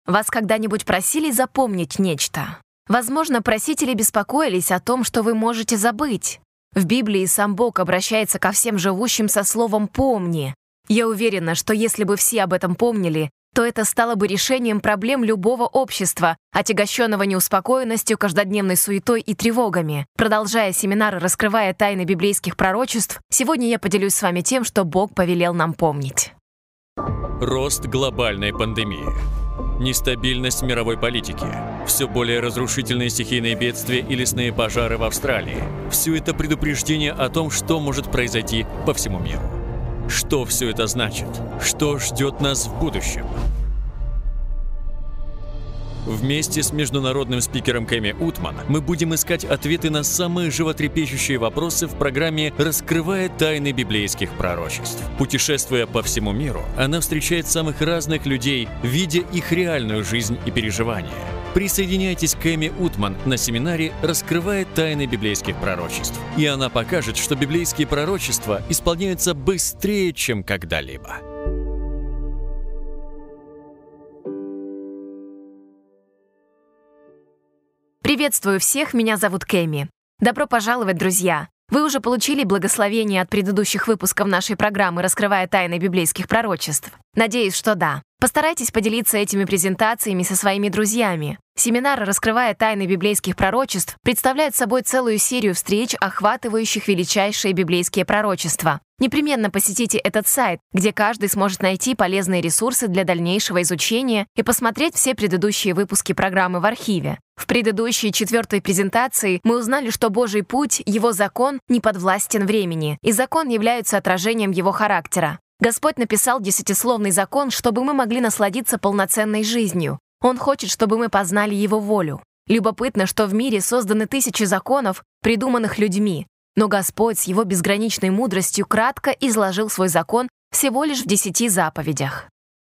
Вас когда-нибудь просили запомнить нечто? Возможно, просители беспокоились о том, что вы можете забыть. В Библии сам Бог обращается ко всем живущим со словом «помни». Я уверена, что если бы все об этом помнили, то это стало бы решением проблем любого общества, отягощенного неуспокоенностью, каждодневной суетой и тревогами. Продолжая семинар «Раскрывая тайны библейских пророчеств», сегодня я поделюсь с вами тем, что Бог повелел нам помнить. Рост глобальной пандемии. Нестабильность мировой политики. Все более разрушительные стихийные бедствия и лесные пожары в Австралии. Все это предупреждение о том, что может произойти по всему миру. Что все это значит? Что ждет нас в будущем? Вместе с международным спикером Кэми Утман мы будем искать ответы на самые животрепещущие вопросы в программе «Раскрывая тайны библейских пророчеств». Путешествуя по всему миру, она встречает самых разных людей, видя их реальную жизнь и переживания. Присоединяйтесь к Кэми Утман на семинаре «Раскрывая тайны библейских пророчеств». И она покажет, что библейские пророчества исполняются быстрее, чем когда-либо. Приветствую всех, меня зовут Кэми. Добро пожаловать, друзья! Вы уже получили благословение от предыдущих выпусков нашей программы «Раскрывая тайны библейских пророчеств»? Надеюсь, что да. Постарайтесь поделиться этими презентациями со своими друзьями. Семинар «Раскрывая тайны библейских пророчеств» представляет собой целую серию встреч, охватывающих величайшие библейские пророчества. Непременно посетите этот сайт, где каждый сможет найти полезные ресурсы для дальнейшего изучения и посмотреть все предыдущие выпуски программы в архиве. В предыдущей 4-й презентации мы узнали, что Божий путь, Его закон, не подвластен времени, и закон является отражением Его характера. Господь написал 10-словный закон, чтобы мы могли насладиться полноценной жизнью. Он хочет, чтобы мы познали Его волю. Любопытно, что в мире созданы тысячи законов, придуманных людьми, но Господь с Его безграничной мудростью кратко изложил свой закон всего лишь в 10 заповедях.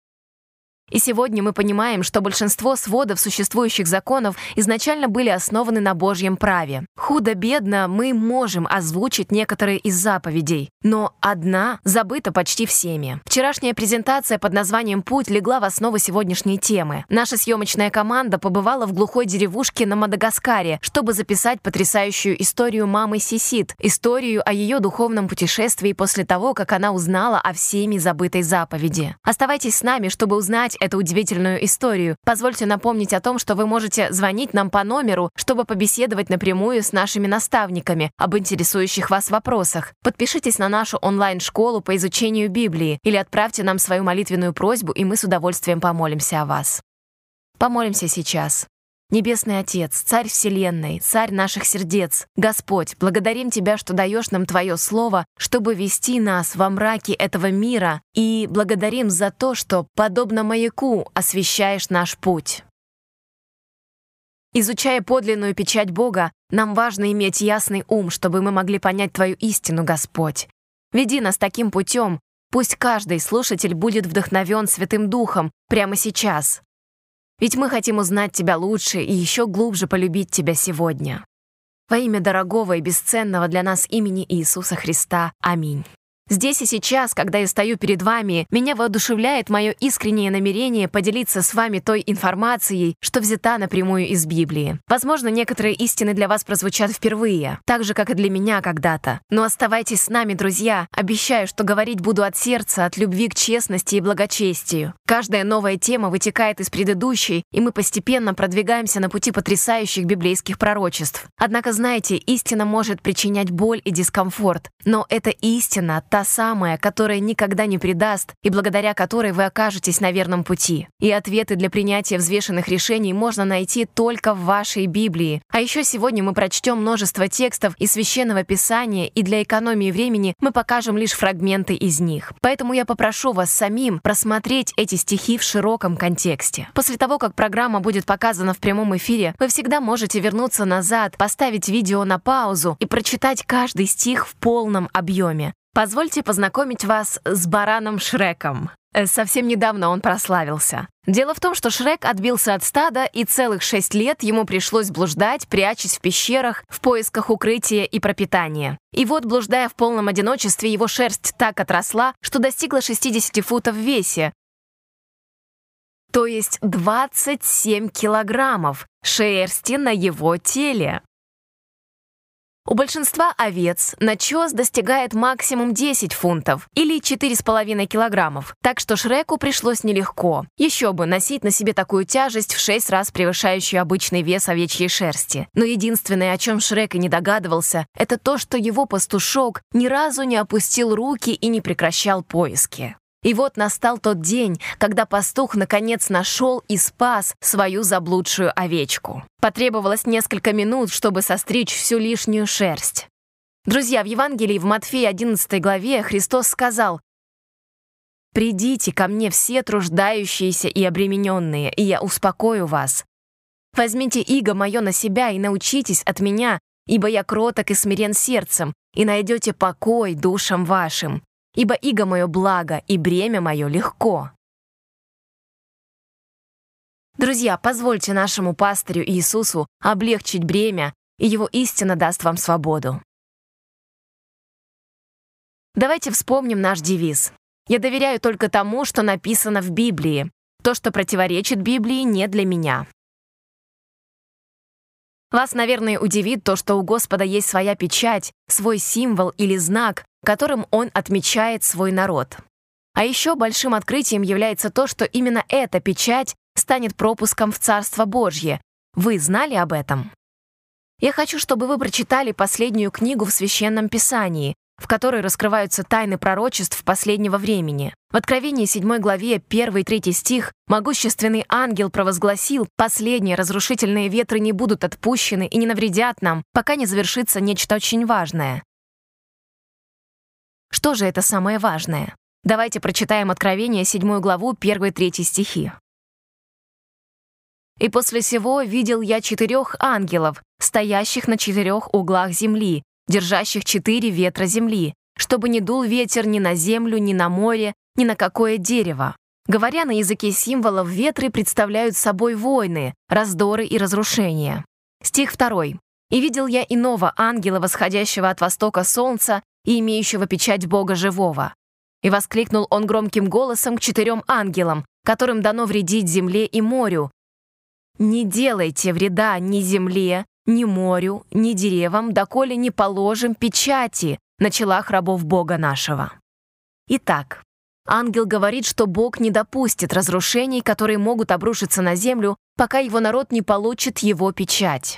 И сегодня мы понимаем, что большинство сводов существующих законов изначально были основаны на Божьем праве. Худо-бедно мы можем озвучить некоторые из заповедей, но одна забыта почти всеми. Вчерашняя презентация под названием «Путь» легла в основу сегодняшней темы. Наша съемочная команда побывала в глухой деревушке на Мадагаскаре, чтобы записать потрясающую историю мамы Сисит, историю о ее духовном путешествии после того, как она узнала о всеми забытой заповеди. Оставайтесь с нами, чтобы узнать эту удивительную историю. Позвольте напомнить о том, что вы можете звонить нам по номеру, чтобы побеседовать напрямую с нашими наставниками об интересующих вас вопросах. Подпишитесь на нашу онлайн-школу по изучению Библии или отправьте нам свою молитвенную просьбу, и мы с удовольствием помолимся о вас. Помолимся сейчас. Небесный Отец, Царь Вселенной, Царь наших сердец, Господь, благодарим Тебя, что даешь нам Твое Слово, чтобы вести нас во мраке этого мира, и благодарим за то, что, подобно маяку, освещаешь наш путь. Изучая подлинную печать Бога, нам важно иметь ясный ум, чтобы мы могли понять Твою истину, Господь. Веди нас таким путем, пусть каждый слушатель будет вдохновен Святым Духом прямо сейчас. Ведь мы хотим узнать Тебя лучше и еще глубже полюбить Тебя сегодня. Во имя дорогого и бесценного для нас имени Иисуса Христа. Аминь. Здесь и сейчас, когда я стою перед вами, меня воодушевляет мое искреннее намерение поделиться с вами той информацией, что взята напрямую из Библии. Возможно, некоторые истины для вас прозвучат впервые, так же, как и для меня когда-то. Но оставайтесь с нами, друзья. Обещаю, что говорить буду от сердца, от любви к честности и благочестию. Каждая новая тема вытекает из предыдущей, и мы постепенно продвигаемся на пути потрясающих библейских пророчеств. Однако, знаете, истина может причинять боль и дискомфорт, но эта истина — та самая, которая никогда не предаст и благодаря которой вы окажетесь на верном пути. И ответы для принятия взвешенных решений можно найти только в вашей Библии. А еще сегодня мы прочтем множество текстов из Священного Писания, и для экономии времени мы покажем лишь фрагменты из них. Поэтому я попрошу вас самим просмотреть эти стихи в широком контексте. После того, как программа будет показана в прямом эфире, вы всегда можете вернуться назад, поставить видео на паузу и прочитать каждый стих в полном объеме. Позвольте познакомить вас с бараном Шреком. Совсем недавно он прославился. Дело в том, что Шрек отбился от стада, и целых 6 лет ему пришлось блуждать, прячась в пещерах, в поисках укрытия и пропитания. И вот, блуждая в полном одиночестве, его шерсть так отросла, что достигла 60 футов в весе. то есть 27 килограммов шерсти на его теле. У большинства овец начес достигает максимум 10 фунтов или 4,5 килограммов, так что Шреку пришлось нелегко. Еще бы носить на себе такую тяжесть в 6 раз превышающую обычный вес овечьей шерсти. Но единственное, о чем Шрек и не догадывался, это то, что его пастушок ни разу не опустил руки и не прекращал поиски. И вот настал тот день, когда пастух наконец нашел и спас свою заблудшую овечку. Потребовалось несколько минут, чтобы состричь всю лишнюю шерсть. Друзья, в Евангелии в Матфея 11 главе Христос сказал: «Придите ко мне все труждающиеся и обремененные, и я успокою вас. Возьмите иго мое на себя и научитесь от меня, ибо я кроток и смирен сердцем, и найдете покой душам вашим. Ибо иго мое благо, и бремя мое легко». Друзья, позвольте нашему пастырю Иисусу облегчить бремя, и Его истина даст вам свободу. Давайте вспомним наш девиз. «Я доверяю только тому, что написано в Библии. То, что противоречит Библии, не для меня». Вас, наверное, удивит то, что у Господа есть своя печать, свой символ или знак, которым Он отмечает свой народ. А еще большим открытием является то, что именно эта печать станет пропуском в Царство Божье. Вы знали об этом? Я хочу, чтобы вы прочитали последнюю книгу в Священном Писании, в которой раскрываются тайны пророчеств последнего времени. В Откровении 7 главе 1-3 стих могущественный ангел провозгласил: «Последние разрушительные ветры не будут отпущены и не навредят нам, пока не завершится нечто очень важное». Что же это самое важное? Давайте прочитаем Откровение 7 главу 1-3 стихи. «И после сего видел я 4 ангелов, стоящих на 4 углах земли, держащих 4 ветра земли, чтобы не дул ветер ни на землю, ни на море, ни на какое дерево». Говоря на языке символов, ветры представляют собой войны, раздоры и разрушения. Стих 2. «И видел я иного ангела, восходящего от востока солнца и имеющего печать Бога живого. И воскликнул он громким голосом к 4 ангелам, которым дано вредить земле и морю: «Не делайте вреда ни земле, ни морю, ни деревам, доколе не положим печати на челах рабов Бога нашего». Итак, ангел говорит, что Бог не допустит разрушений, которые могут обрушиться на землю, пока его народ не получит его печать.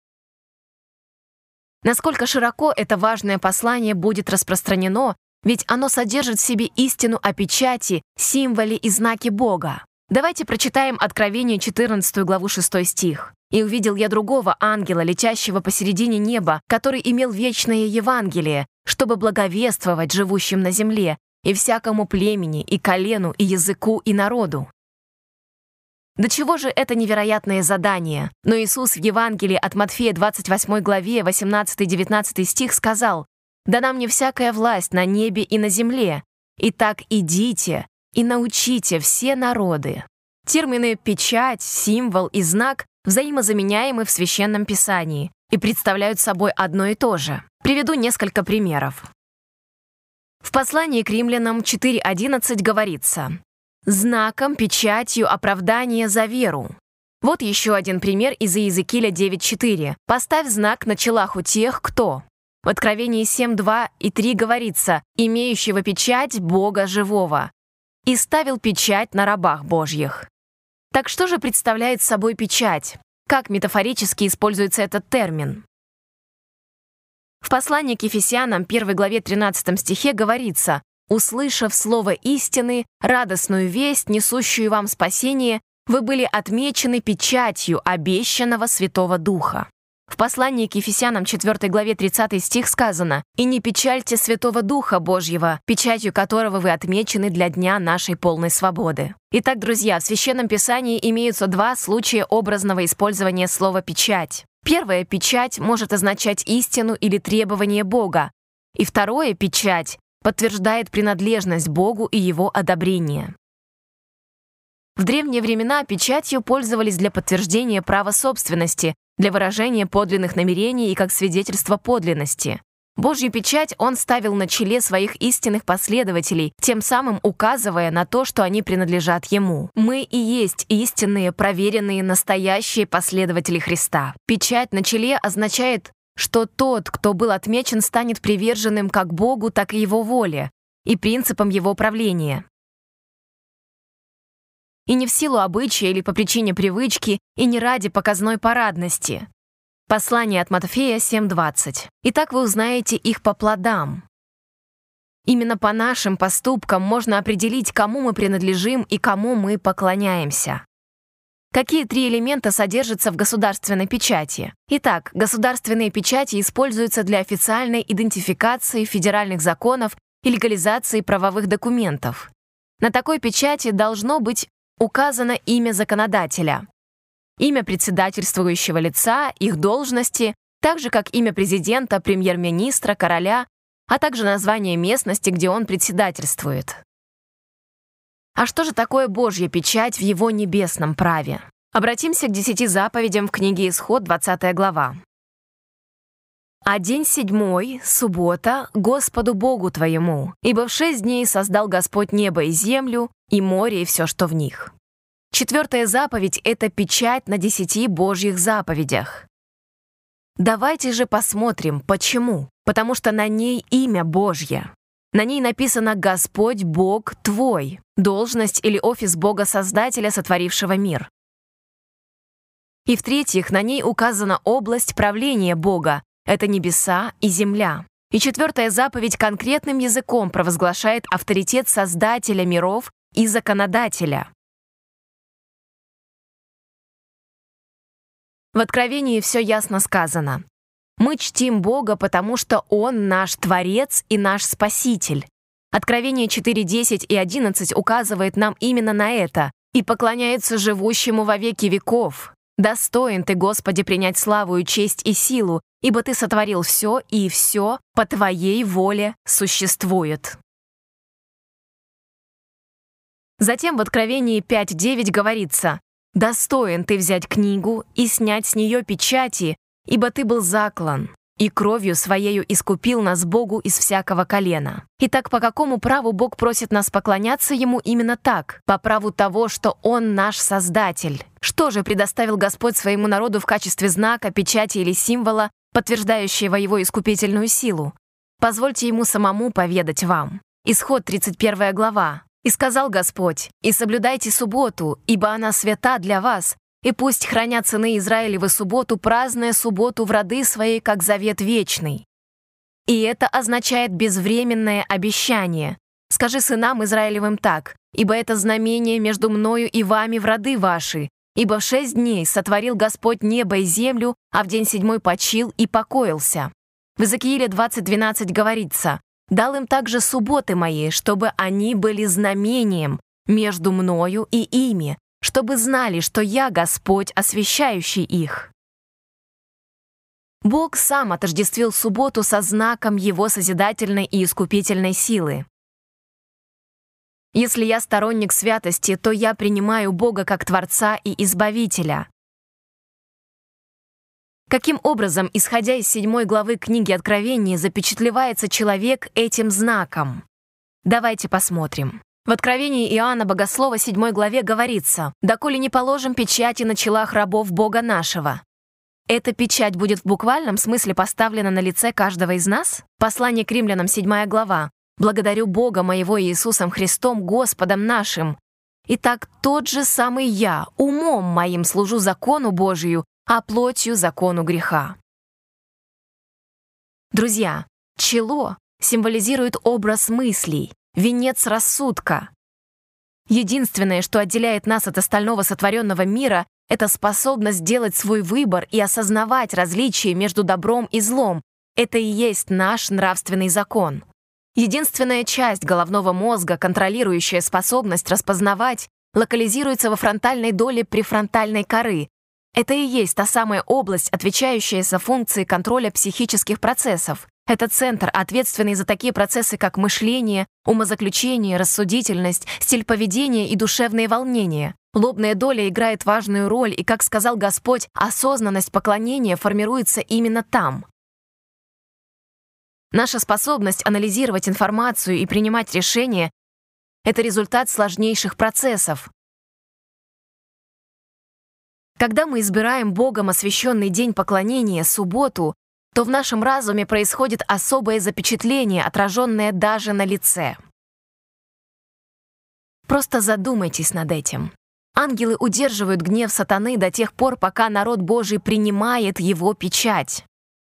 Насколько широко это важное послание будет распространено, ведь оно содержит в себе истину о печати, символе и знаке Бога. Давайте прочитаем Откровение 14 главу 6 стих. «И увидел я другого ангела, летящего посередине неба, который имел вечное Евангелие, чтобы благовествовать живущим на земле, и всякому племени, и колену, и языку, и народу». До чего же это невероятное задание? Но Иисус в Евангелии от Матфея 28 главе 18-19 стих сказал: «Дана мне всякая власть на небе и на земле. Итак, идите и научите все народы». Термины «печать», «символ» и «знак» взаимозаменяемы в Священном Писании и представляют собой одно и то же. Приведу несколько примеров. В послании к Римлянам 4:11 говорится: «Знаком, печатью оправдания за веру». Вот еще один пример из Иезекииля 9:4. «Поставь знак на челах у тех, кто». В Откровении 7:2 и 3 говорится: «Имеющего печать Бога живого». «И ставил печать на рабах Божьих». Так что же представляет собой печать? Как метафорически используется этот термин? В послании к Ефесянам 1 главе 13 стихе говорится: «Услышав слово истины, радостную весть, несущую вам спасение, вы были отмечены печатью обещанного Святого Духа». В послании к Ефесянам 4 главе 30 стих сказано: «И не печальте Святого Духа Божьего, печатью которого вы отмечены для дня нашей полной свободы». Итак, друзья, в Священном Писании имеются 2 случая образного использования слова «печать». Первое, печать может означать истину или требование Бога. И второе, печать, подтверждает принадлежность Богу и Его одобрение. В древние времена печатью пользовались для подтверждения права собственности, для выражения подлинных намерений и как свидетельство подлинности. Божью печать Он ставил на челе своих истинных последователей, тем самым указывая на то, что они принадлежат Ему. Мы и есть истинные, проверенные, настоящие последователи Христа. Печать на челе означает, что тот, кто был отмечен, станет приверженным как Богу, так и Его воле и принципам Его правления. И не в силу обычая или по причине привычки, и не ради показной парадности. Послание от Матфея 7:20. Итак, вы узнаете их по плодам. Именно по нашим поступкам можно определить, кому мы принадлежим и кому мы поклоняемся. Какие 3 элемента содержатся в государственной печати? Итак, государственные печати используются для официальной идентификации федеральных законов и легализации правовых документов. На такой печати должно быть указано имя законодателя, имя председательствующего лица, их должности, так же как имя президента, премьер-министра, короля, а также название местности, где он председательствует. А что же такое Божья печать в Его небесном праве? Обратимся к 10 заповедям в книге Исход, 20 глава. «А день 7, суббота, Господу Богу твоему, ибо в 6 дней создал Господь небо и землю, и море, и все, что в них». 4 заповедь — это печать на 10 Божьих заповедях. Давайте же посмотрим, почему. Потому что на ней имя Божье. На ней написано «Господь Бог твой», должность или офис Бога-Создателя, сотворившего мир. И в-третьих, на ней указана область правления Бога — это небеса и земля. И 4 заповедь конкретным языком провозглашает авторитет Создателя миров и Законодателя. В Откровении все ясно сказано. Мы чтим Бога, потому что Он наш Творец и наш Спаситель. Откровение 4:10 и 11 указывает нам именно на это. «И поклоняется живущему во веки веков. Достоин Ты, Господи, принять славу и честь и силу, ибо Ты сотворил все, и все по Твоей воле существует». Затем в Откровении 5:9 говорится: «Достоин Ты взять книгу и снять с нее печати, ибо Ты был заклан, и кровью Своею искупил нас Богу из всякого колена». Итак, по какому праву Бог просит нас поклоняться Ему именно так? По праву того, что Он наш Создатель. Что же предоставил Господь своему народу в качестве знака, печати или символа, подтверждающего Его искупительную силу? Позвольте Ему самому поведать вам. Исход 31 глава. «И сказал Господь: и соблюдайте субботу, ибо она свята для вас, и пусть хранят сыны Израилевы субботу, празднуя субботу в роды свои, как завет вечный». И это означает безвременное обещание. «Скажи сынам Израилевым так: ибо это знамение между мною и вами в роды ваши, ибо в 6 дней сотворил Господь небо и землю, а в день 7 почил и покоился». В Иезекииле 20:12 говорится: «Дал им также субботы мои, чтобы они были знамением между мною и ими, чтобы знали, что я Господь, освящающий их». Бог сам отождествил субботу со знаком Его созидательной и искупительной силы. Если я сторонник святости, то я принимаю Бога как Творца и Избавителя. Каким образом, исходя из 7 главы книги Откровения, запечатлевается человек этим знаком? Давайте посмотрим. В Откровении Иоанна Богослова 7 главе говорится: «Доколе не положим печати на челах рабов Бога нашего». Эта печать будет в буквальном смысле поставлена на лице каждого из нас? Послание к Римлянам 7 глава. «Благодарю Бога моего Иисусом Христом, Господом нашим. Итак, тот же самый я, умом моим служу закону Божию, а плотью закону греха». Друзья, чело символизирует образ мыслей, венец рассудка. Единственное, что отделяет нас от остального сотворенного мира, это способность делать свой выбор и осознавать различия между добром и злом. Это и есть наш нравственный закон. Единственная часть головного мозга, контролирующая способность распознавать, локализируется во фронтальной доле префронтальной коры. Это и есть та самая область, отвечающая за функции контроля психических процессов. Это центр, ответственный за такие процессы, как мышление, умозаключение, рассудительность, стиль поведения и душевные волнения. Лобная доля играет важную роль, и, как сказал Господь, осознанность поклонения формируется именно там. Наша способность анализировать информацию и принимать решения — это результат сложнейших процессов. Когда мы избираем Богом освященный день поклонения, субботу, то в нашем разуме происходит особое запечатление, отраженное даже на лице. Просто задумайтесь над этим. Ангелы удерживают гнев сатаны до тех пор, пока народ Божий принимает его печать.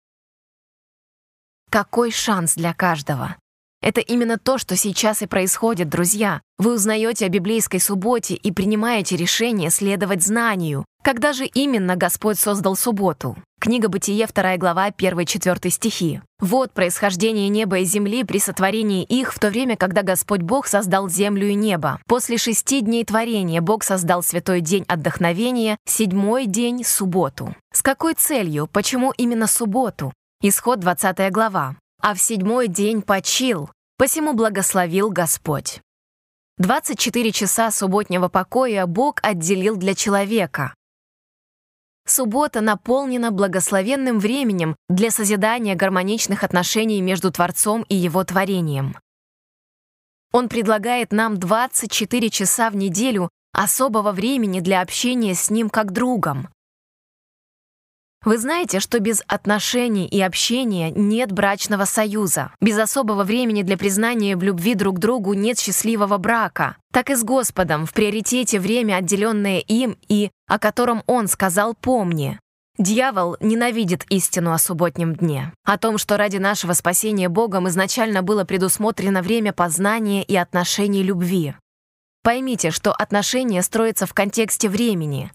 Какой шанс для каждого! Это именно то, что сейчас и происходит, друзья. Вы узнаете о библейской субботе и принимаете решение следовать знанию. Когда же именно Господь создал субботу? Книга Бытие, 2 глава, 1-4 стихи. Вот происхождение неба и земли при сотворении их в то время, когда Господь Бог создал землю и небо. После 6 дней творения Бог создал святой день отдохновения, 7-й день — субботу. С какой целью? Почему именно субботу? Исход, 20 глава. А в 7-й день почил, посему благословил Господь. 24 часа субботнего покоя Бог отделил для человека. Суббота наполнена благословенным временем для созидания гармоничных отношений между Творцом и Его творением. Он предлагает нам 24 часа в неделю особого времени для общения с Ним как другом. Вы знаете, что без отношений и общения нет брачного союза. Без особого времени для признания в любви друг к другу нет счастливого брака. Так и с Господом в приоритете время, отделенное им и о котором Он сказал «помни». Дьявол ненавидит истину о субботнем дне, о том, что ради нашего спасения Богом изначально было предусмотрено время познания и отношений любви. Поймите, что отношения строятся в контексте времени.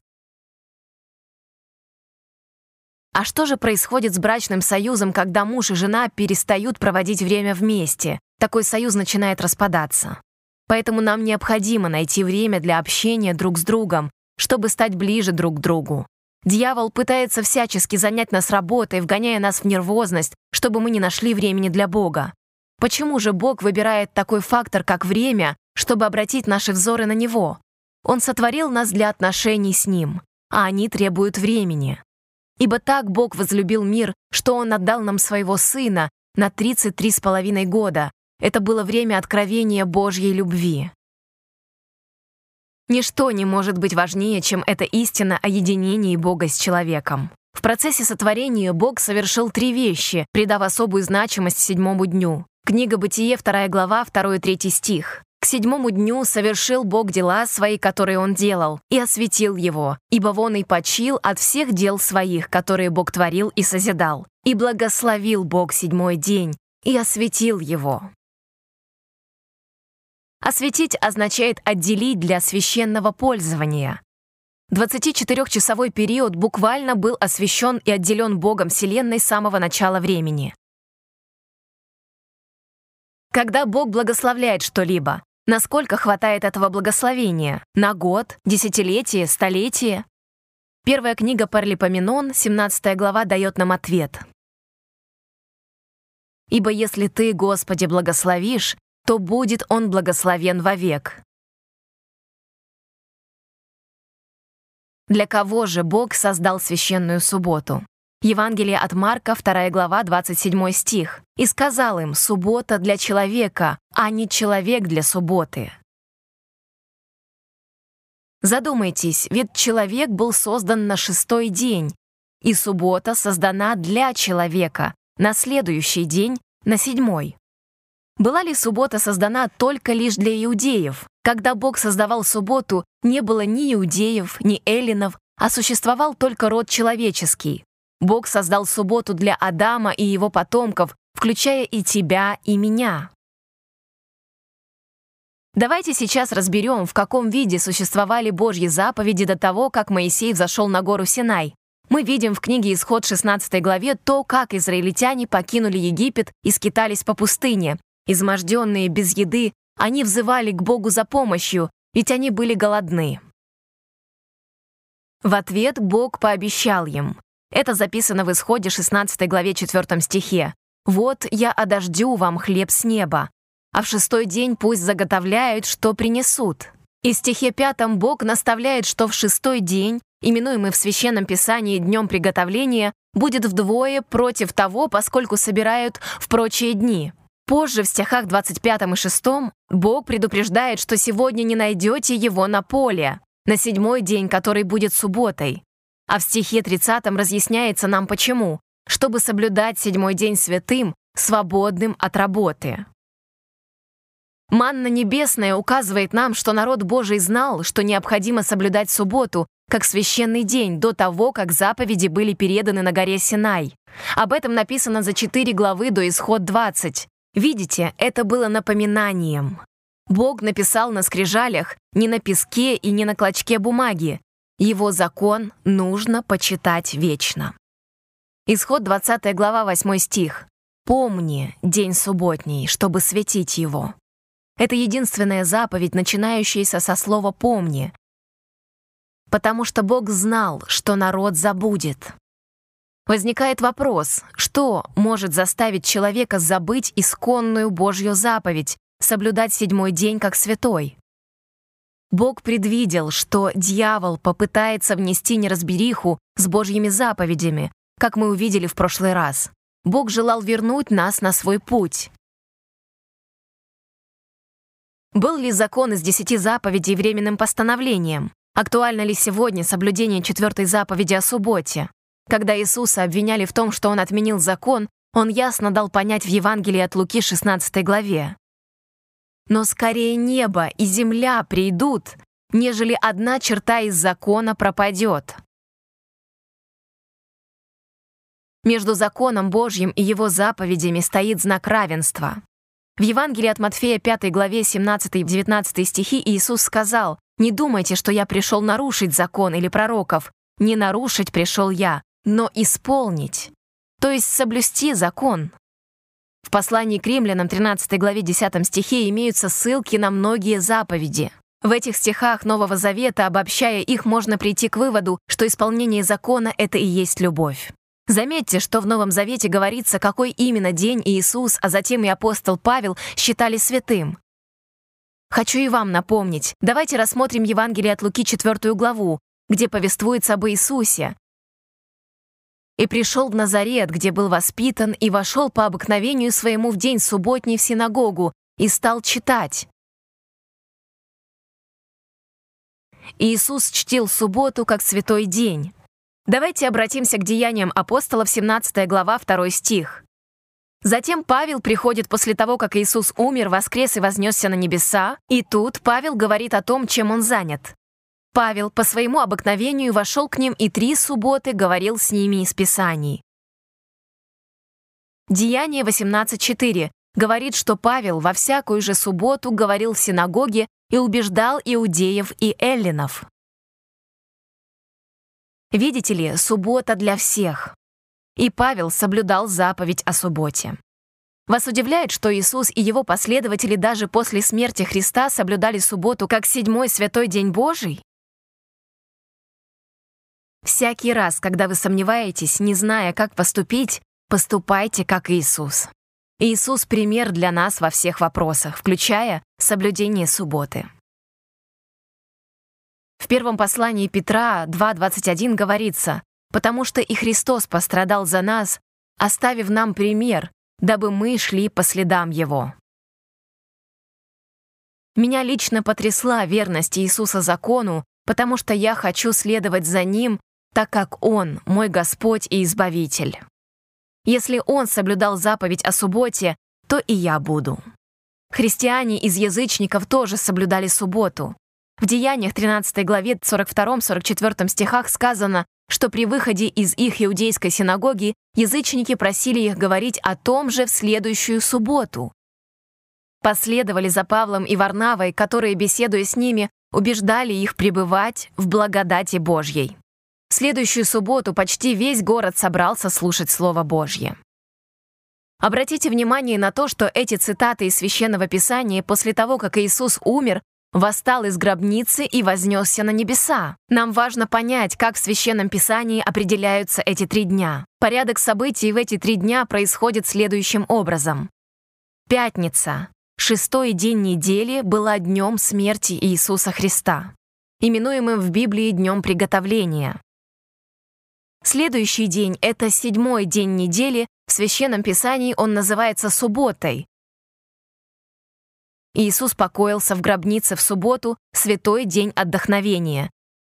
А что же происходит с брачным союзом, когда муж и жена перестают проводить время вместе? Такой союз начинает распадаться. Поэтому нам необходимо найти время для общения друг с другом, чтобы стать ближе друг к другу. Дьявол пытается всячески занять нас работой, вгоняя нас в нервозность, чтобы мы не нашли времени для Бога. Почему же Бог выбирает такой фактор, как время, чтобы обратить наши взоры на Него? Он сотворил нас для отношений с Ним, а они требуют времени. Ибо так Бог возлюбил мир, что Он отдал нам Своего Сына на 33,5 года. Это было время откровения Божьей любви. Ничто не может быть важнее, чем эта истина о единении Бога с человеком. В процессе сотворения Бог совершил 3 вещи, придав особую значимость 7-му дню. Книга Бытие, 2 глава, 2-3 стих. К 7-му дню совершил Бог дела свои, которые Он делал, и осветил его, ибо вон и почил от всех дел своих, которые Бог творил и созидал. И благословил Бог 7-й день, и осветил его. Осветить означает отделить для священного пользования. 24-часовой период буквально был освящен и отделен Богом Вселенной с самого начала времени. Когда Бог благословляет что-либо, насколько хватает этого благословения? На год, десятилетие, столетие? Первая книга Паралипоменон, 17 глава, дает нам ответ. «Ибо если ты, Господи, благословишь, то будет Он благословен вовек». Для кого же Бог создал священную субботу? Евангелие от Марка, 2 глава, 27 стих. «И сказал им: суббота для человека, а не человек для субботы». Задумайтесь, ведь человек был создан на 6-й день, и суббота создана для человека на следующий день, на 7-й. Была ли суббота создана только лишь для иудеев? Когда Бог создавал субботу, не было ни иудеев, ни эллинов, а существовал только род человеческий. Бог создал субботу для Адама и его потомков, включая и тебя, и меня. Давайте сейчас разберем, в каком виде существовали Божьи заповеди до того, как Моисей взошел на гору Синай. Мы видим в книге Исход 16 главе то, как израильтяне покинули Египет и скитались по пустыне. Изможденные, без еды, они взывали к Богу за помощью, ведь они были голодны. В ответ Бог пообещал им. Это записано в Исходе 16 главе 4 стихе. «Вот я одождю вам хлеб с неба, а в 6-й день пусть заготовляют, что принесут». И в стихе 5 Бог наставляет, что в 6-й день, именуемый в Священном Писании днем приготовления, будет вдвое против того, поскольку собирают в прочие дни. Позже, в стихах 25 и 6, Бог предупреждает, что сегодня не найдете его на поле, на седьмой день, который будет субботой. А в стихе 30 разъясняется нам почему, чтобы соблюдать седьмой день святым, свободным от работы. Манна небесная указывает нам, что народ Божий знал, что необходимо соблюдать субботу как священный день до того, как заповеди были переданы на горе Синай. Об этом написано за 4 главы до Исход 20. Видите, это было напоминанием. Бог написал на скрижалях не на песке и не на клочке бумаги. Его закон нужно почитать вечно. Исход 20 глава 8 стих. «Помни день субботний, чтобы светить его». Это единственная заповедь, начинающаяся со слова «помни», потому что Бог знал, что народ забудет. Возникает вопрос, что может заставить человека забыть исконную Божью заповедь, соблюдать седьмой день как святой? Бог предвидел, что дьявол попытается внести неразбериху с Божьими заповедями, как мы увидели в прошлый раз. Бог желал вернуть нас на свой путь. Был ли закон из 10 заповедей временным постановлением? Актуально ли сегодня соблюдение 4 заповеди о субботе? Когда Иисуса обвиняли в том, что Он отменил закон, Он ясно дал понять в Евангелии от Луки 16 главе. «Но скорее небо и земля придут, нежели одна черта из закона пропадет». Между законом Божьим и Его заповедями стоит знак равенства. В Евангелии от Матфея 5 главе 17 и 19 стихи Иисус сказал: «Не думайте, что я пришел нарушить закон или пророков. Не нарушить пришел я, но исполнить, то есть соблюсти закон». В послании к Римлянам 13 главе 10 стихе имеются ссылки на многие заповеди. В этих стихах Нового Завета, обобщая их, можно прийти к выводу, что исполнение закона — это и есть любовь. Заметьте, что в Новом Завете говорится, какой именно день Иисус, а затем и апостол Павел считали святым. Хочу и вам напомнить, давайте рассмотрим Евангелие от Луки 4 главу, где повествуется об Иисусе. «И пришел в Назарет, где был воспитан, и вошел по обыкновению своему в день субботний в синагогу, и стал читать». Иисус чтил субботу как святой день. Давайте обратимся к Деяниям апостолов, 17 глава, 2 стих. Затем Павел приходит после того, как Иисус умер, воскрес и вознесся на небеса, и тут Павел говорит о том, чем он занят. Павел по своему обыкновению вошел к ним и 3 субботы говорил с ними из Писаний. Деяние 18:4 говорит, что Павел во всякую же субботу говорил в синагоге и убеждал иудеев и эллинов. Видите ли, суббота для всех. И Павел соблюдал заповедь о субботе. Вас удивляет, что Иисус и его последователи даже после смерти Христа соблюдали субботу как 7-й святой день Божий? Всякий раз, когда вы сомневаетесь, не зная, как поступить, поступайте как Иисус. Иисус — пример для нас во всех вопросах, включая соблюдение субботы. В первом послании Петра 2:21 говорится: «Потому что и Христос пострадал за нас, оставив нам пример, дабы мы шли по следам Его». Меня лично потрясла верность Иисуса закону, потому что я хочу следовать за Ним, так как Он — мой Господь и Избавитель. Если Он соблюдал заповедь о субботе, то и я буду. Христиане из язычников тоже соблюдали субботу. В Деяниях 13 главе 42-44 стихах сказано, что при выходе из их иудейской синагоги язычники просили их говорить о том же в следующую субботу. Последовали за Павлом и Варнавой, которые, беседуя с ними, убеждали их пребывать в благодати Божьей. В следующую субботу почти весь город собрался слушать Слово Божье. Обратите внимание на то, что эти цитаты из Священного Писания после того, как Иисус умер, восстал из гробницы и вознесся на небеса. Нам важно понять, как в Священном Писании определяются эти 3 дня. Порядок событий в эти 3 дня происходит следующим образом. Пятница, 6-й день недели, была днем смерти Иисуса Христа, именуемым в Библии днем приготовления. Следующий день — это 7-й день недели, в Священном Писании он называется субботой. Иисус покоился в гробнице в субботу, святой день отдохновения.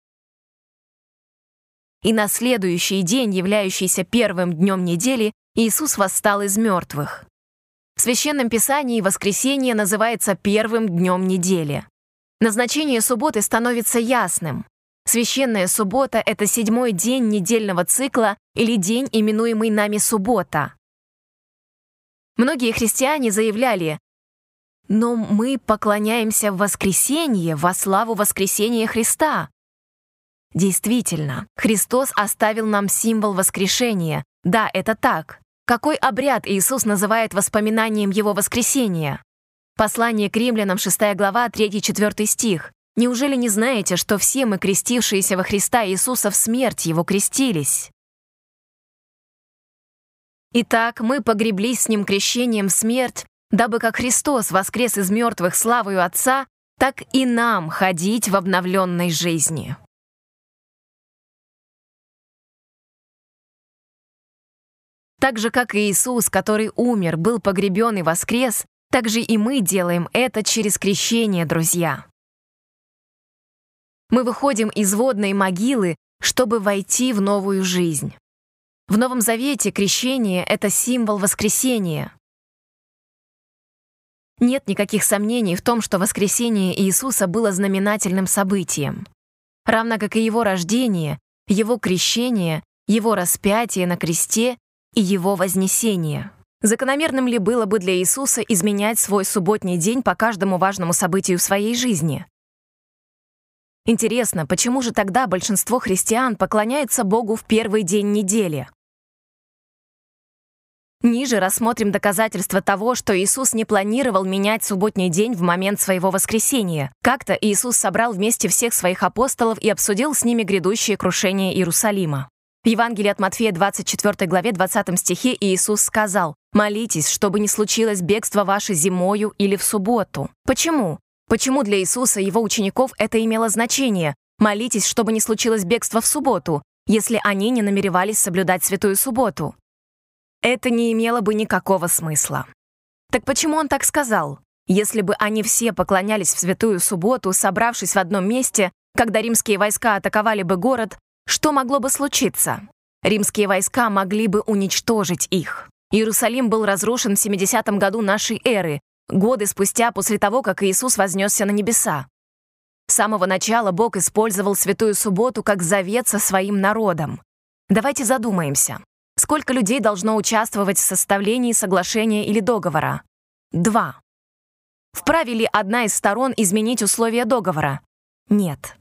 И на следующий день, являющийся первым днем недели, Иисус восстал из мертвых. В Священном Писании воскресенье называется первым днем недели. Назначение субботы становится ясным. Священная суббота — это 7-й день недельного цикла или день, именуемый нами суббота. Многие христиане заявляли: «Но мы поклоняемся в воскресенье во славу воскресения Христа». Действительно, Христос оставил нам символ воскрешения. Да, это так. Какой обряд Иисус называет воспоминанием Его воскресения? Послание к Римлянам, 6 глава, 3-4 стих. «Неужели не знаете, что все мы, крестившиеся во Христа Иисуса, в смерть Его крестились?» Итак, мы погреблись с Ним крещением в смерть, дабы как Христос воскрес из мертвых славою Отца, так и нам ходить в обновленной жизни. Так же, как и Иисус, который умер, был погребен и воскрес, так же и мы делаем это через крещение, друзья. Мы выходим из водной могилы, чтобы войти в новую жизнь. В Новом Завете крещение — это символ воскресения. Нет никаких сомнений в том, что воскресение Иисуса было знаменательным событием. Равно как и Его рождение, Его крещение, Его распятие на кресте и Его вознесение. Закономерным ли было бы для Иисуса изменять свой субботний день по каждому важному событию в своей жизни? Интересно, почему же тогда большинство христиан поклоняется Богу в первый день недели? Ниже рассмотрим доказательства того, что Иисус не планировал менять субботний день в момент своего воскресения. Как-то Иисус собрал вместе всех своих апостолов и обсудил с ними грядущее крушение Иерусалима. В Евангелии от Матфея, 24 главе, 20 стихе Иисус сказал: «Молитесь, чтобы не случилось бегство ваше зимою или в субботу». Почему? Почему для Иисуса и Его учеников это имело значение? Молитесь, чтобы не случилось бегство в субботу, если они не намеревались соблюдать святую субботу. Это не имело бы никакого смысла. Так почему он так сказал? Если бы они все поклонялись в святую субботу, собравшись в одном месте, когда римские войска атаковали бы город, что могло бы случиться? Римские войска могли бы уничтожить их. Иерусалим был разрушен в 70-м году нашей эры, годы спустя после того, как Иисус вознесся на небеса. С самого начала Бог использовал святую субботу как завет со своим народом. Давайте задумаемся. Сколько людей должно участвовать в составлении соглашения или договора? 2. Вправе ли одна из сторон изменить условия договора? Нет.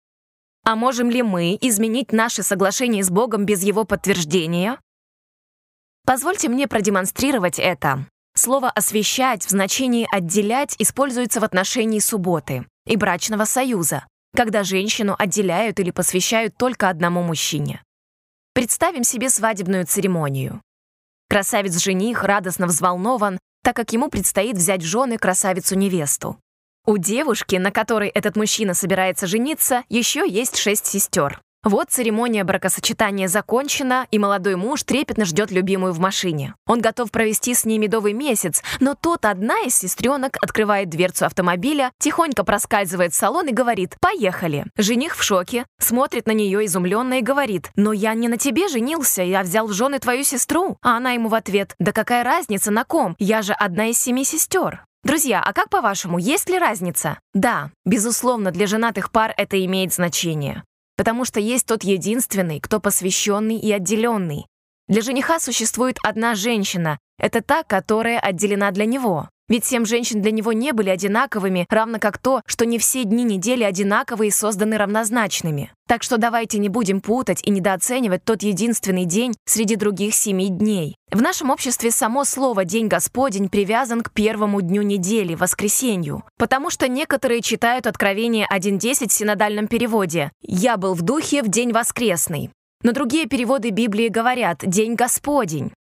А можем ли мы изменить наше соглашение с Богом без Его подтверждения? Позвольте мне продемонстрировать это. Слово «освящать» в значении «отделять» используется в отношении субботы и брачного союза, когда женщину отделяют или посвящают только одному мужчине. Представим себе свадебную церемонию. Красавец-жених радостно взволнован, так как ему предстоит взять в жены красавицу-невесту. У девушки, на которой этот мужчина собирается жениться, еще есть 6 сестер. Вот церемония бракосочетания закончена, и молодой муж трепетно ждет любимую в машине. Он готов провести с ней медовый месяц, но тут одна из сестренок открывает дверцу автомобиля, тихонько проскальзывает в салон и говорит: «Поехали». Жених в шоке, смотрит на нее изумленно и говорит: «Но я не на тебе женился, я взял в жены твою сестру». А она ему в ответ: «Да какая разница на ком? Я же одна из 7 сестер». Друзья, а как по-вашему, есть ли разница? Да, безусловно, для женатых пар это имеет значение. Потому что есть тот единственный, кто посвященный и отделенный. Для жениха существует одна женщина, это та, которая отделена для него. Ведь 7 женщин для него не были одинаковыми, равно как то, что не все дни недели одинаковые и созданы равнозначными. Так что давайте не будем путать и недооценивать тот единственный день среди других 7 дней. В нашем обществе само слово «День Господень» привязан к первому дню недели, воскресенью, потому что некоторые читают Откровение 1.10 в синодальном переводе «Я был в духе в день воскресный». Но другие переводы Библии говорят «День Господень».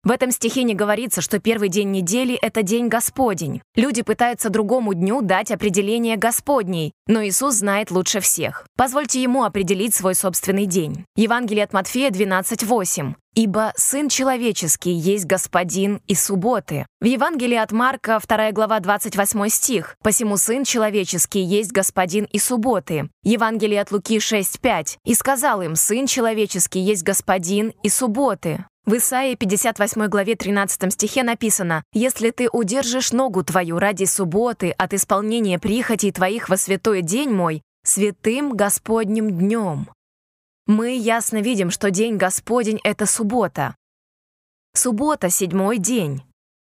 В этом стихе не говорится, что первый день недели — это день Господень. Люди пытаются другому дню дать определение Господней, но Иисус знает лучше всех. Позвольте Ему определить свой собственный день. Евангелие от Матфея 12:8. «Ибо Сын Человеческий есть Господин и субботы». В Евангелии от Марка, 2 глава, 28 стих. «Посему Сын Человеческий есть Господин и субботы». Евангелие от Луки 6:5. «И сказал им: Сын Человеческий есть Господин и субботы». В Исаии 58 главе 13 стихе написано: «Если ты удержишь ногу твою ради субботы от исполнения прихотей твоих во святой день мой, святым Господним днем». Мы ясно видим, что день Господень — это суббота. Суббота — 7-й день.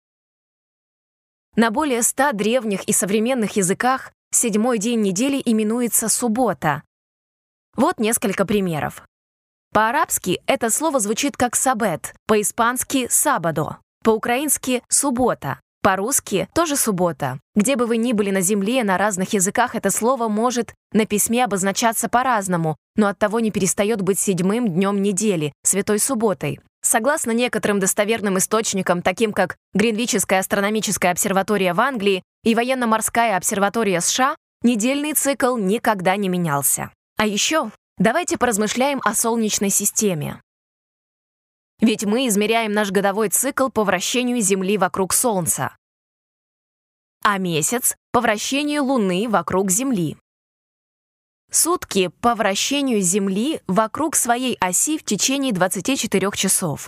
На более 100 древних и современных языках 7-й день недели именуется суббота. Вот несколько примеров. По-арабски это слово звучит как «сабет», по-испански «сабадо», по-украински «суббота», по-русски тоже «суббота». Где бы вы ни были на земле, на разных языках это слово может на письме обозначаться по-разному, но оттого не перестает быть 7-м днем недели, Святой Субботой. Согласно некоторым достоверным источникам, таким как Гринвичская астрономическая обсерватория в Англии и Военно-морская обсерватория США, недельный цикл никогда не менялся. А еще давайте поразмышляем о Солнечной системе. Ведь мы измеряем наш годовой цикл по вращению Земли вокруг Солнца, а месяц — по вращению Луны вокруг Земли. Сутки — по вращению Земли вокруг своей оси в течение 24 часов.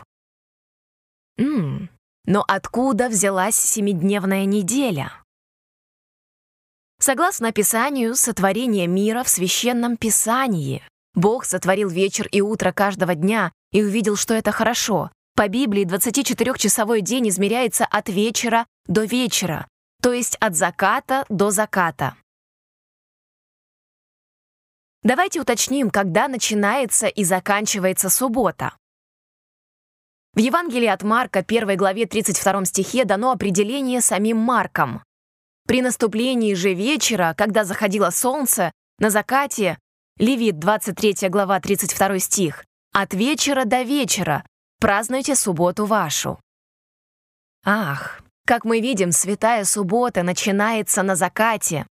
Но откуда взялась 7-дневная неделя? Согласно Писанию, сотворение мира в Священном Писании. Бог сотворил вечер и утро каждого дня и увидел, что это хорошо. По Библии 24-часовой день измеряется от вечера до вечера, то есть от заката до заката. Давайте уточним, когда начинается и заканчивается суббота. В Евангелии от Марка, 1 главе 32 стихе, дано определение самим Марком. При наступлении же вечера, когда заходило солнце, на закате, Левит, 23 глава, 32 стих, «От вечера до вечера празднуйте субботу вашу». Ах, как мы видим, святая суббота начинается на закате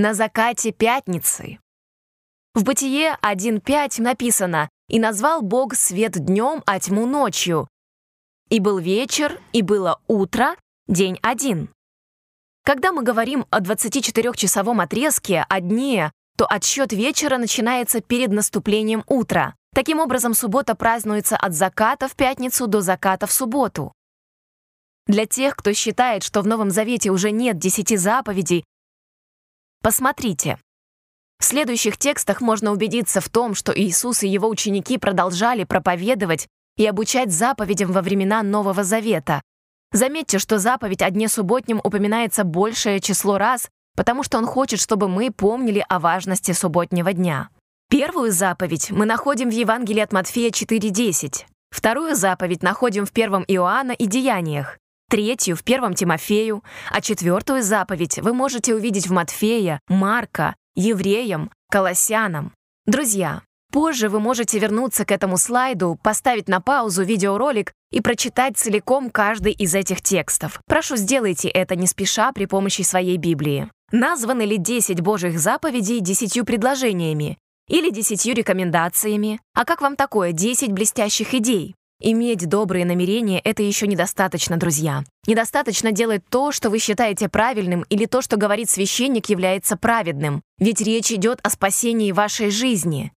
пятницы. В Бытие 1:5 написано: «И назвал Бог свет днем, а тьму ночью. И был вечер, и было утро, день один». Когда мы говорим о 24-часовом отрезке, о дне, то отсчет вечера начинается перед наступлением утра. Таким образом, суббота празднуется от заката в пятницу до заката в субботу. Для тех, кто считает, что в Новом Завете уже нет 10 заповедей, посмотрите. В следующих текстах можно убедиться в том, что Иисус и его ученики продолжали проповедовать и обучать заповедям во времена Нового Завета. Заметьте, что заповедь о дне субботнем упоминается большее число раз, потому что он хочет, чтобы мы помнили о важности субботнего дня. Первую заповедь мы находим в Евангелии от Матфея 4:10. Вторую заповедь находим в 1 Иоанна и Деяниях. Третью в 1 Тимофею, а четвертую заповедь вы можете увидеть в Матфея, Марка, Евреям, Колоссянам. Друзья, позже вы можете вернуться к этому слайду, поставить на паузу видеоролик и прочитать целиком каждый из этих текстов. Прошу, сделайте это не спеша при помощи своей Библии. Названы ли 10 Божьих заповедей 10 предложениями или 10 рекомендациями? А как вам такое 10 блестящих идей? Иметь добрые намерения — это еще недостаточно, друзья. Недостаточно делать то, что вы считаете правильным, или то, что говорит священник, является праведным. Ведь речь идет о спасении вашей жизни.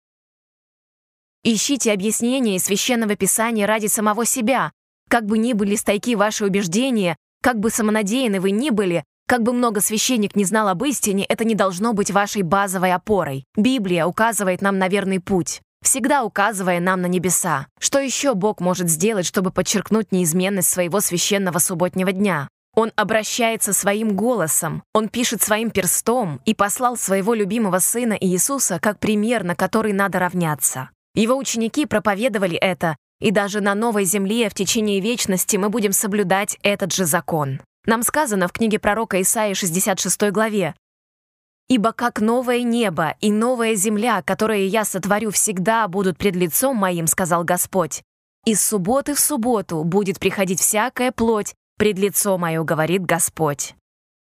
Ищите объяснения из Священного Писания ради самого себя. Как бы ни были стойки ваши убеждения, как бы самонадеянны вы ни были, как бы много священник не знал об истине, это не должно быть вашей базовой опорой. Библия указывает нам на верный путь, всегда указывая нам на небеса. Что еще Бог может сделать, чтобы подчеркнуть неизменность своего священного субботнего дня? Он обращается своим голосом, Он пишет своим перстом и послал своего любимого Сына Иисуса как пример, на который надо равняться. Его ученики проповедовали это, и даже на новой земле в течение вечности мы будем соблюдать этот же закон. Нам сказано в книге пророка Исаии 66 главе: «Ибо как новое небо и новая земля, которые я сотворю, всегда будут пред лицом моим, сказал Господь, Из субботы в субботу будет приходить всякая плоть пред лицо мое, говорит Господь.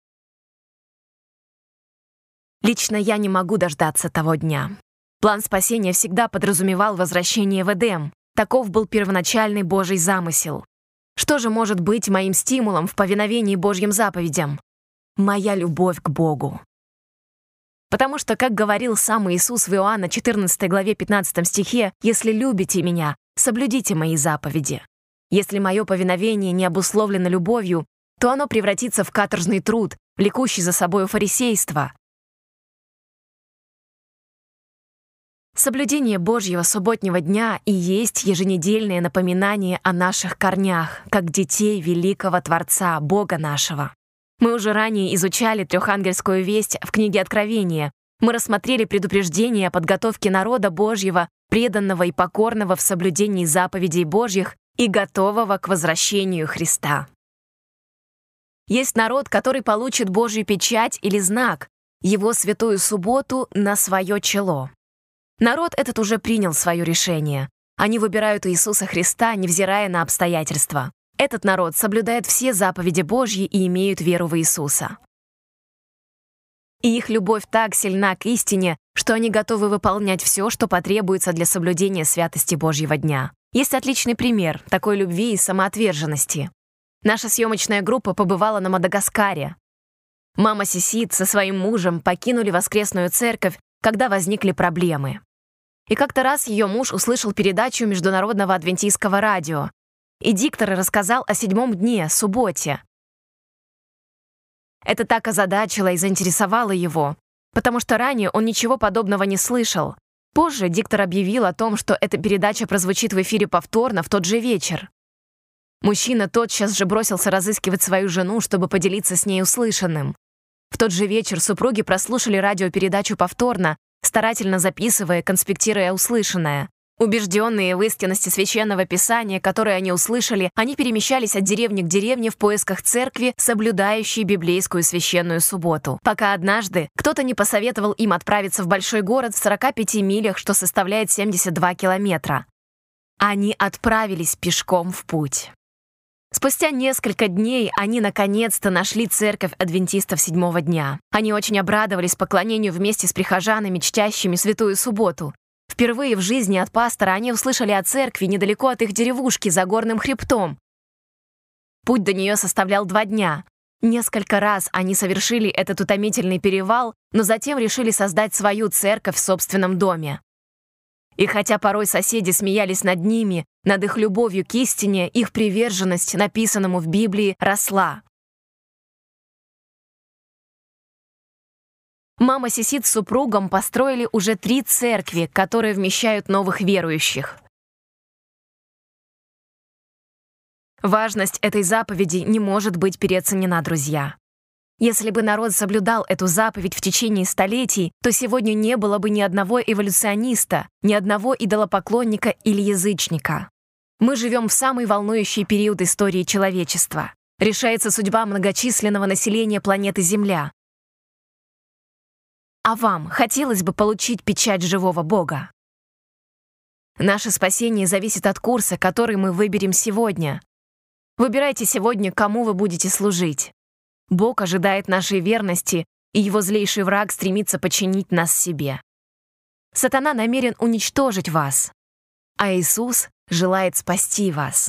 Лично я не могу дождаться того дня. План спасения всегда подразумевал возвращение в Эдем. Таков был первоначальный Божий замысел. Что же может быть моим стимулом в повиновении Божьим заповедям? Моя любовь к Богу. Потому что, как говорил сам Иисус в Иоанна 14 главе 15 стихе, «Если любите Меня, соблюдите Мои заповеди». Если мое повиновение не обусловлено любовью, то оно превратится в каторжный труд, влекущий за собою фарисейство. Соблюдение Божьего субботнего дня и есть еженедельное напоминание о наших корнях, как детей великого Творца, Бога нашего. Мы уже ранее изучали трехангельскую весть в книге Откровения. Мы рассмотрели предупреждение о подготовке народа Божьего, преданного и покорного в соблюдении заповедей Божьих и готового к возвращению Христа. Есть народ, который получит Божью печать или знак, его святую субботу на свое чело. Народ этот уже принял свое решение. Они выбирают Иисуса Христа, невзирая на обстоятельства. Этот народ соблюдает все заповеди Божьи и имеют веру в Иисуса. И их любовь так сильна к истине, что они готовы выполнять все, что потребуется для соблюдения святости Божьего дня. Есть отличный пример такой любви и самоотверженности. Наша съемочная группа побывала на Мадагаскаре. Мама Сисит со своим мужем покинули воскресную церковь, когда возникли проблемы. И как-то раз ее муж услышал передачу Международного адвентистского радио, и диктор рассказал о 7-м дне, субботе. Это так озадачило и заинтересовало его, потому что ранее он ничего подобного не слышал. Позже диктор объявил о том, что эта передача прозвучит в эфире повторно в тот же вечер. Мужчина тотчас же бросился разыскивать свою жену, чтобы поделиться с ней услышанным. В тот же вечер супруги прослушали радиопередачу повторно, старательно записывая, конспектируя услышанное. Убежденные в истинности Священного Писания, которое они услышали, они перемещались от деревни к деревне в поисках церкви, соблюдающей библейскую священную субботу, пока однажды кто-то не посоветовал им отправиться в большой город в 45 милях, что составляет 72 километра. Они отправились пешком в путь. Спустя несколько дней они наконец-то нашли церковь адвентистов 7-го дня. Они очень обрадовались поклонению вместе с прихожанами, чтящими Святую Субботу. Впервые в жизни от пастора они услышали о церкви недалеко от их деревушки за горным хребтом. Путь до нее составлял 2 дня. Несколько раз они совершили этот утомительный перевал, но затем решили создать свою церковь в собственном доме. И хотя порой соседи смеялись над ними, над их любовью к истине, их приверженность написанному в Библии росла. Мама Сисит с супругом построили уже 3 церкви, которые вмещают новых верующих. Важность этой заповеди не может быть переоценена, друзья. Если бы народ соблюдал эту заповедь в течение столетий, то сегодня не было бы ни одного эволюциониста, ни одного идолопоклонника или язычника. Мы живем в самый волнующий период истории человечества. Решается судьба многочисленного населения планеты Земля. А вам хотелось бы получить печать живого Бога? Наше спасение зависит от курса, который мы выберем сегодня. Выбирайте сегодня, кому вы будете служить. Бог ожидает нашей верности, и его злейший враг стремится подчинить нас себе. Сатана намерен уничтожить вас, а Иисус желает спасти вас.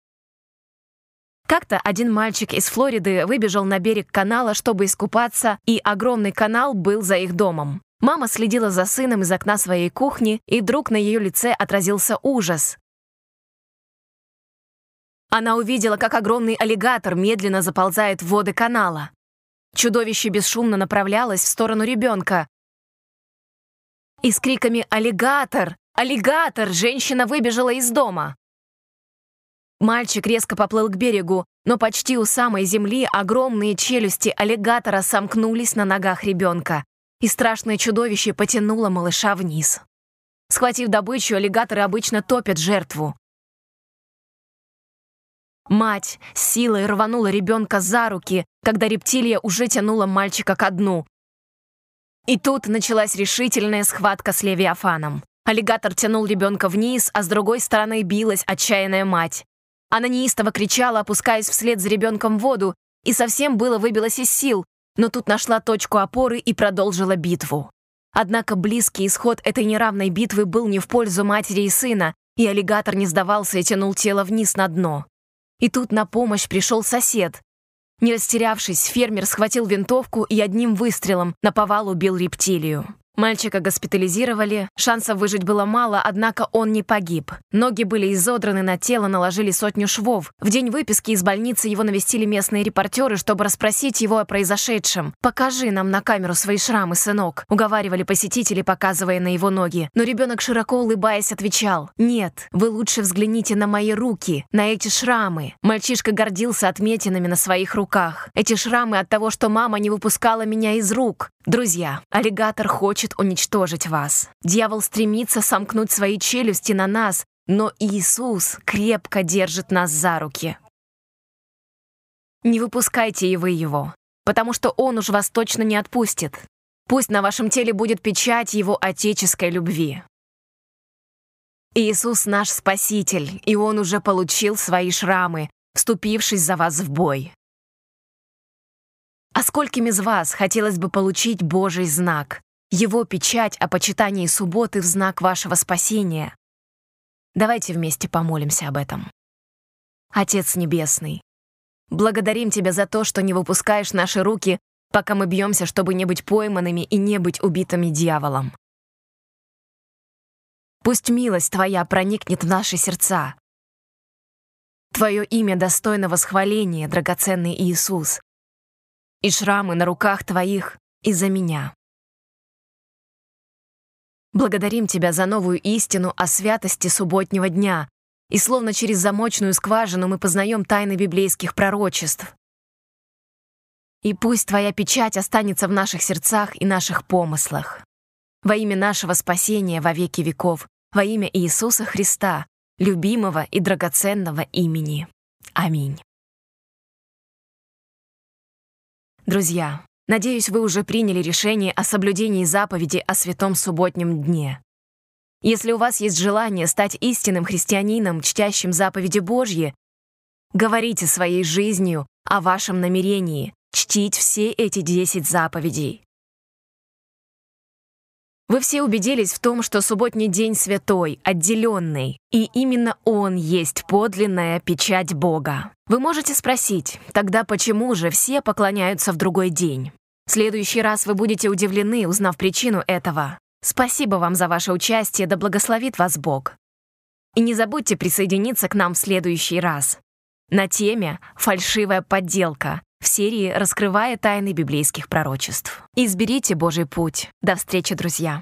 Как-то один мальчик из Флориды выбежал на берег канала, чтобы искупаться, и огромный канал был за их домом. Мама следила за сыном из окна своей кухни, и вдруг на ее лице отразился ужас. Она увидела, как огромный аллигатор медленно заползает в воды канала. Чудовище бесшумно направлялось в сторону ребенка. И с криками «Аллигатор! Аллигатор!» женщина выбежала из дома. Мальчик резко поплыл к берегу, но почти у самой земли огромные челюсти аллигатора сомкнулись на ногах ребенка, и страшное чудовище потянуло малыша вниз. Схватив добычу, аллигаторы обычно топят жертву. Мать с силой рванула ребенка за руки, когда рептилия уже тянула мальчика ко дну. И тут началась решительная схватка с Левиафаном. Аллигатор тянул ребенка вниз, а с другой стороны билась отчаянная мать. Она неистово кричала, опускаясь вслед за ребенком в воду, и совсем было выбилась из сил, но тут нашла точку опоры и продолжила битву. Однако близкий исход этой неравной битвы был не в пользу матери и сына, и аллигатор не сдавался и тянул тело вниз на дно. И тут на помощь пришел сосед. Не растерявшись, фермер схватил винтовку и одним выстрелом наповал убил рептилию. Мальчика госпитализировали, шансов выжить было мало, однако он не погиб. Ноги были изодраны, на тело наложили 100 швов. В день выписки из больницы его навестили местные репортеры, чтобы расспросить его о произошедшем. «Покажи нам на камеру свои шрамы, сынок», — уговаривали посетители, показывая на его ноги. Но ребенок, широко улыбаясь, отвечал: «Нет, вы лучше взгляните на мои руки, на эти шрамы». Мальчишка гордился отметинами на своих руках. «Эти шрамы от того, что мама не выпускала меня из рук». Друзья, аллигатор хочет уничтожить вас. Дьявол стремится сомкнуть свои челюсти на нас, но Иисус крепко держит нас за руки. Не выпускайте и вы его, потому что он уж вас точно не отпустит. Пусть на вашем теле будет печать его отеческой любви. Иисус наш Спаситель, и он уже получил свои шрамы, вступившись за вас в бой. А скольким из вас хотелось бы получить Божий знак, Его печать о почитании субботы в знак вашего спасения? Давайте вместе помолимся об этом. Отец Небесный, благодарим Тебя за то, что не выпускаешь наши руки, пока мы бьемся, чтобы не быть пойманными и не быть убитыми дьяволом. Пусть милость Твоя проникнет в наши сердца. Твое имя достойно восхваления, драгоценный Иисус, и шрамы на руках Твоих из-за меня. Благодарим Тебя за новую истину о святости субботнего дня, и словно через замочную скважину мы познаем тайны библейских пророчеств. И пусть Твоя печать останется в наших сердцах и наших помыслах. Во имя нашего спасения во веки веков, во имя Иисуса Христа, любимого и драгоценного имени. Аминь. Друзья, надеюсь, вы уже приняли решение о соблюдении заповеди о святом субботнем дне. Если у вас есть желание стать истинным христианином, чтящим заповеди Божьи, говорите своей жизнью о вашем намерении чтить все эти 10 заповедей. Вы все убедились в том, что субботний день святой, отделенный, и именно он есть подлинная печать Бога. Вы можете спросить, тогда почему же все поклоняются в другой день? В следующий раз вы будете удивлены, узнав причину этого. Спасибо вам за ваше участие, да благословит вас Бог. И не забудьте присоединиться к нам в следующий раз. На теме «Фальшивая подделка» в серии «Раскрывая тайны библейских пророчеств». Изберите Божий путь. До встречи, друзья!